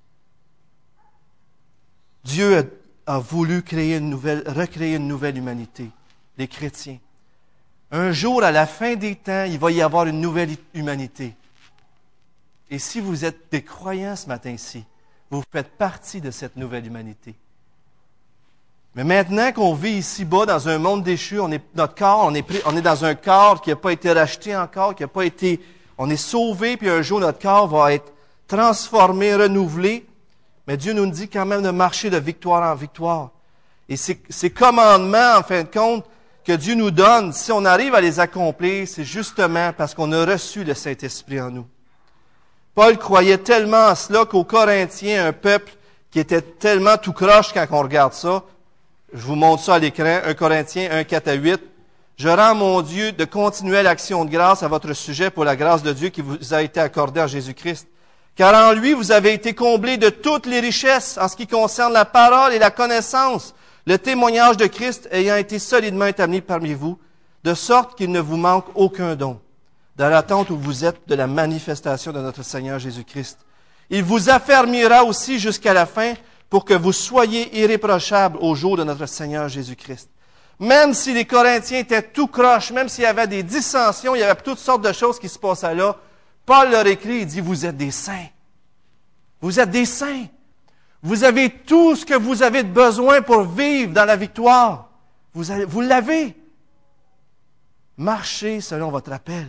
Dieu a voulu recréer une nouvelle humanité, les chrétiens. Un jour, à la fin des temps, il va y avoir une nouvelle humanité. Et si vous êtes des croyants ce matin-ci, vous faites partie de cette nouvelle humanité. Mais maintenant qu'on vit ici-bas dans un monde déchu, on est dans un corps qui n'a pas été racheté encore, on est sauvé, puis un jour notre corps va être transformé, renouvelé. Mais Dieu nous dit quand même de marcher de victoire en victoire. Et ces commandements, en fin de compte, que Dieu nous donne, si on arrive à les accomplir, c'est justement parce qu'on a reçu le Saint-Esprit en nous. Paul croyait tellement à cela qu'aux Corinthiens, un peuple qui était tellement tout croche quand on regarde ça, je vous montre ça à l'écran, 1 Corinthiens 1, 4 à 8. « Je rends mon Dieu de continuelle action de grâce à votre sujet pour la grâce de Dieu qui vous a été accordée en Jésus-Christ. Car en lui, vous avez été comblés de toutes les richesses en ce qui concerne la parole et la connaissance, le témoignage de Christ ayant été solidement établi parmi vous, de sorte qu'il ne vous manque aucun don, dans l'attente où vous êtes de la manifestation de notre Seigneur Jésus-Christ. Il vous affermira aussi jusqu'à la fin pour que vous soyez irréprochables au jour de notre Seigneur Jésus-Christ. » Même si les Corinthiens étaient tout croches, même s'il y avait des dissensions, il y avait toutes sortes de choses qui se passaient là, Paul leur écrit, il dit, vous êtes des saints. Vous êtes des saints. Vous avez tout ce que vous avez de besoin pour vivre dans la victoire. Vous l'avez. Marchez selon votre appel.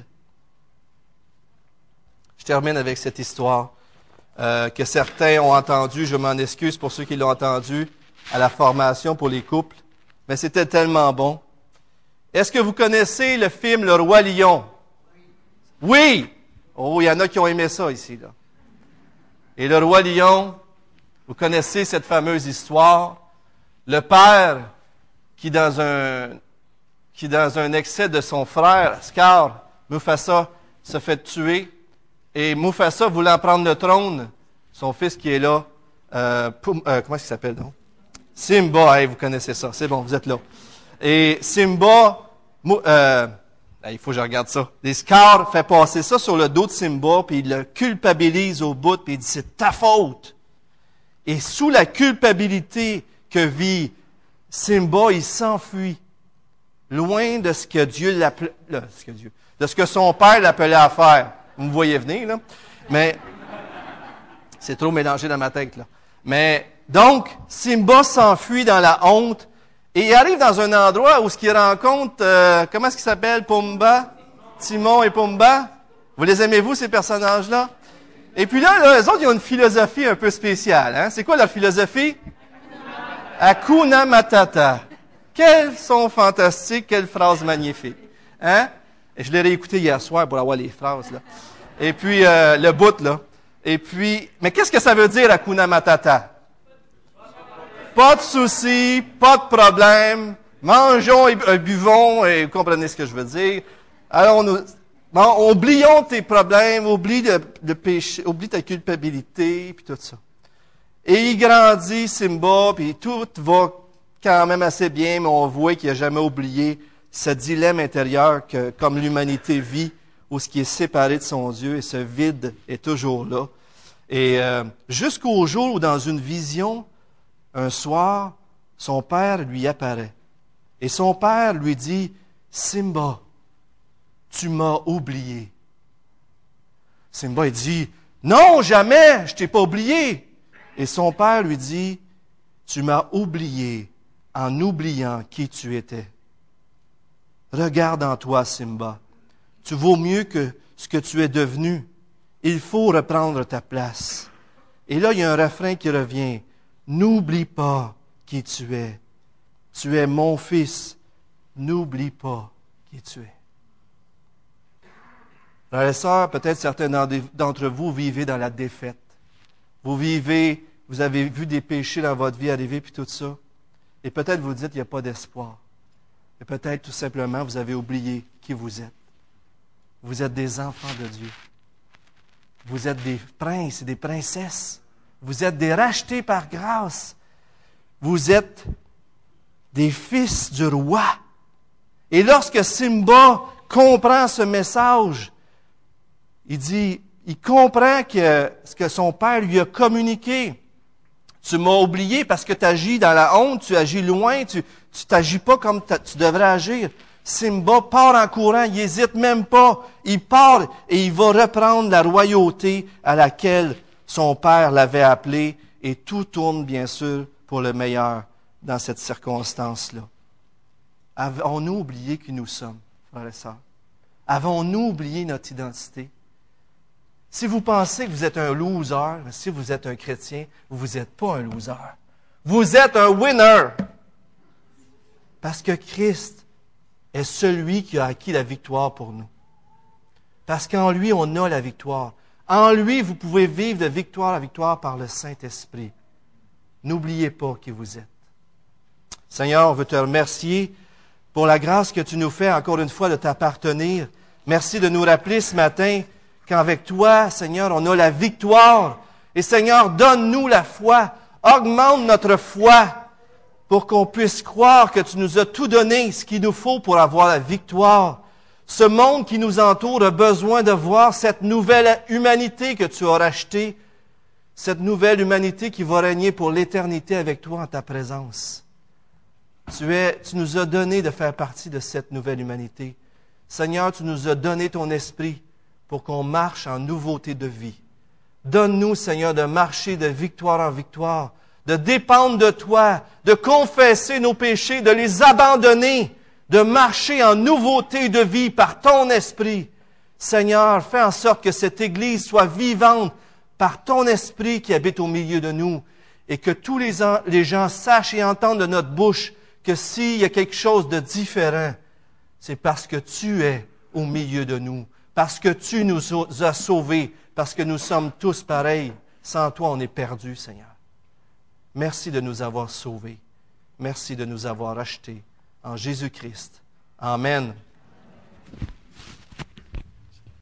Je termine avec cette histoire que certains ont entendue. Je m'en excuse pour ceux qui l'ont entendue à la formation pour les couples. Mais c'était tellement bon. Est-ce que vous connaissez le film Le Roi Lion? Oui! Oh, il y en a qui ont aimé ça ici, là. Et le Roi Lion, vous connaissez cette fameuse histoire. Le père qui dans un excès de son frère, Scar, Mufasa, se fait tuer. Et Mufasa, voulant prendre le trône, son fils qui est là, comment est-ce qu'il s'appelle, donc? Simba, hey, vous connaissez ça, c'est bon, vous êtes là. Et Simba, il faut que je regarde ça. Les Scar fait passer ça sur le dos de Simba, puis il le culpabilise au bout, puis il dit, c'est ta faute. Et sous la culpabilité que vit Simba, il s'enfuit, loin de ce que Dieu l'appelait, de ce que son père l'appelait à faire. Vous me voyez venir, là? Mais, c'est trop mélangé dans ma tête, là. Mais, donc, Simba s'enfuit dans la honte et il arrive dans un endroit où ce qu'il rencontre, comment est-ce qu'il s'appelle? Pumba? Timon et Pumba? Vous les aimez-vous, ces personnages-là? Et puis là, eux autres, ils ont une philosophie un peu spéciale. Hein? C'est quoi leur philosophie? Hakuna Matata. Quels son fantastiques, quelle phrase magnifique. Hein? Et je l'ai réécouté hier soir pour avoir les phrases, là. Et puis, le bout, là. Et puis, mais qu'est-ce que ça veut dire, Hakuna Matata? Pas de soucis, pas de problème, mangeons et buvons, et vous comprenez ce que je veux dire. Alors, oublions tes problèmes, oublie le péché, oublie ta culpabilité, puis tout ça. Et il grandit, Simba, puis tout va quand même assez bien, mais on voit qu'il n'a jamais oublié ce dilemme intérieur que, comme l'humanité vit, où ce qui est séparé de son Dieu, et ce vide est toujours là. Et jusqu'au jour où, dans une vision, Un soir, son père lui apparaît. Et son père lui dit, « Simba, tu m'as oublié. » Simba, il dit, « Non, jamais, je t'ai pas oublié. » Et son père lui dit, « Tu m'as oublié en oubliant qui tu étais. Regarde en toi, Simba. Tu vaux mieux que ce que tu es devenu. Il faut reprendre ta place. » Et là, il y a un refrain qui revient. « N'oublie pas qui tu es. Tu es mon fils. N'oublie pas qui tu es. » Frères et sœurs, peut-être certains d'entre vous vivez dans la défaite. Vous avez vu des péchés dans votre vie arriver, puis tout ça. Et peut-être vous dites, il n'y a pas d'espoir. Et peut-être tout simplement, vous avez oublié qui vous êtes. Vous êtes des enfants de Dieu. Vous êtes des princes et des princesses. Vous êtes des rachetés par grâce. Vous êtes des fils du roi. Et lorsque Simba comprend ce message, il comprend que ce que son père lui a communiqué. Tu m'as oublié parce que tu agis dans la honte, tu agis loin, tu t'agis pas comme tu devrais agir. Simba part en courant, il n'hésite même pas. Il part et il va reprendre la royauté à laquelle son père l'avait appelé. Et tout tourne bien sûr pour le meilleur dans cette circonstance-là. Avons-nous oublié qui nous sommes, frères et sœurs? Avons-nous oublié notre identité? Si vous pensez que vous êtes un loser, si vous êtes un chrétien, vous n'êtes pas un loser. Vous êtes un winner. Parce que Christ est celui qui a acquis la victoire pour nous. Parce qu'en lui, on a la victoire. En lui, vous pouvez vivre de victoire à victoire par le Saint-Esprit. N'oubliez pas qui vous êtes. Seigneur, on veut te remercier pour la grâce que tu nous fais encore une fois de t'appartenir. Merci de nous rappeler ce matin qu'avec toi, Seigneur, on a la victoire. Et Seigneur, donne-nous la foi. Augmente notre foi pour qu'on puisse croire que tu nous as tout donné, ce qu'il nous faut pour avoir la victoire. Ce monde qui nous entoure a besoin de voir cette nouvelle humanité que tu as rachetée, cette nouvelle humanité qui va régner pour l'éternité avec toi en ta présence. Tu nous as donné de faire partie de cette nouvelle humanité. Seigneur, tu nous as donné ton esprit pour qu'on marche en nouveauté de vie. Donne-nous, Seigneur, de marcher de victoire en victoire, de dépendre de toi, de confesser nos péchés, de les abandonner, de marcher en nouveauté de vie par ton esprit. Seigneur, fais en sorte que cette Église soit vivante par ton esprit qui habite au milieu de nous et que tous les gens sachent et entendent de notre bouche que s'il y a quelque chose de différent, c'est parce que tu es au milieu de nous, parce que tu nous as sauvés, parce que nous sommes tous pareils. Sans toi, on est perdus, Seigneur. Merci de nous avoir sauvés. Merci de nous avoir rachetés en Jésus-Christ. Amen.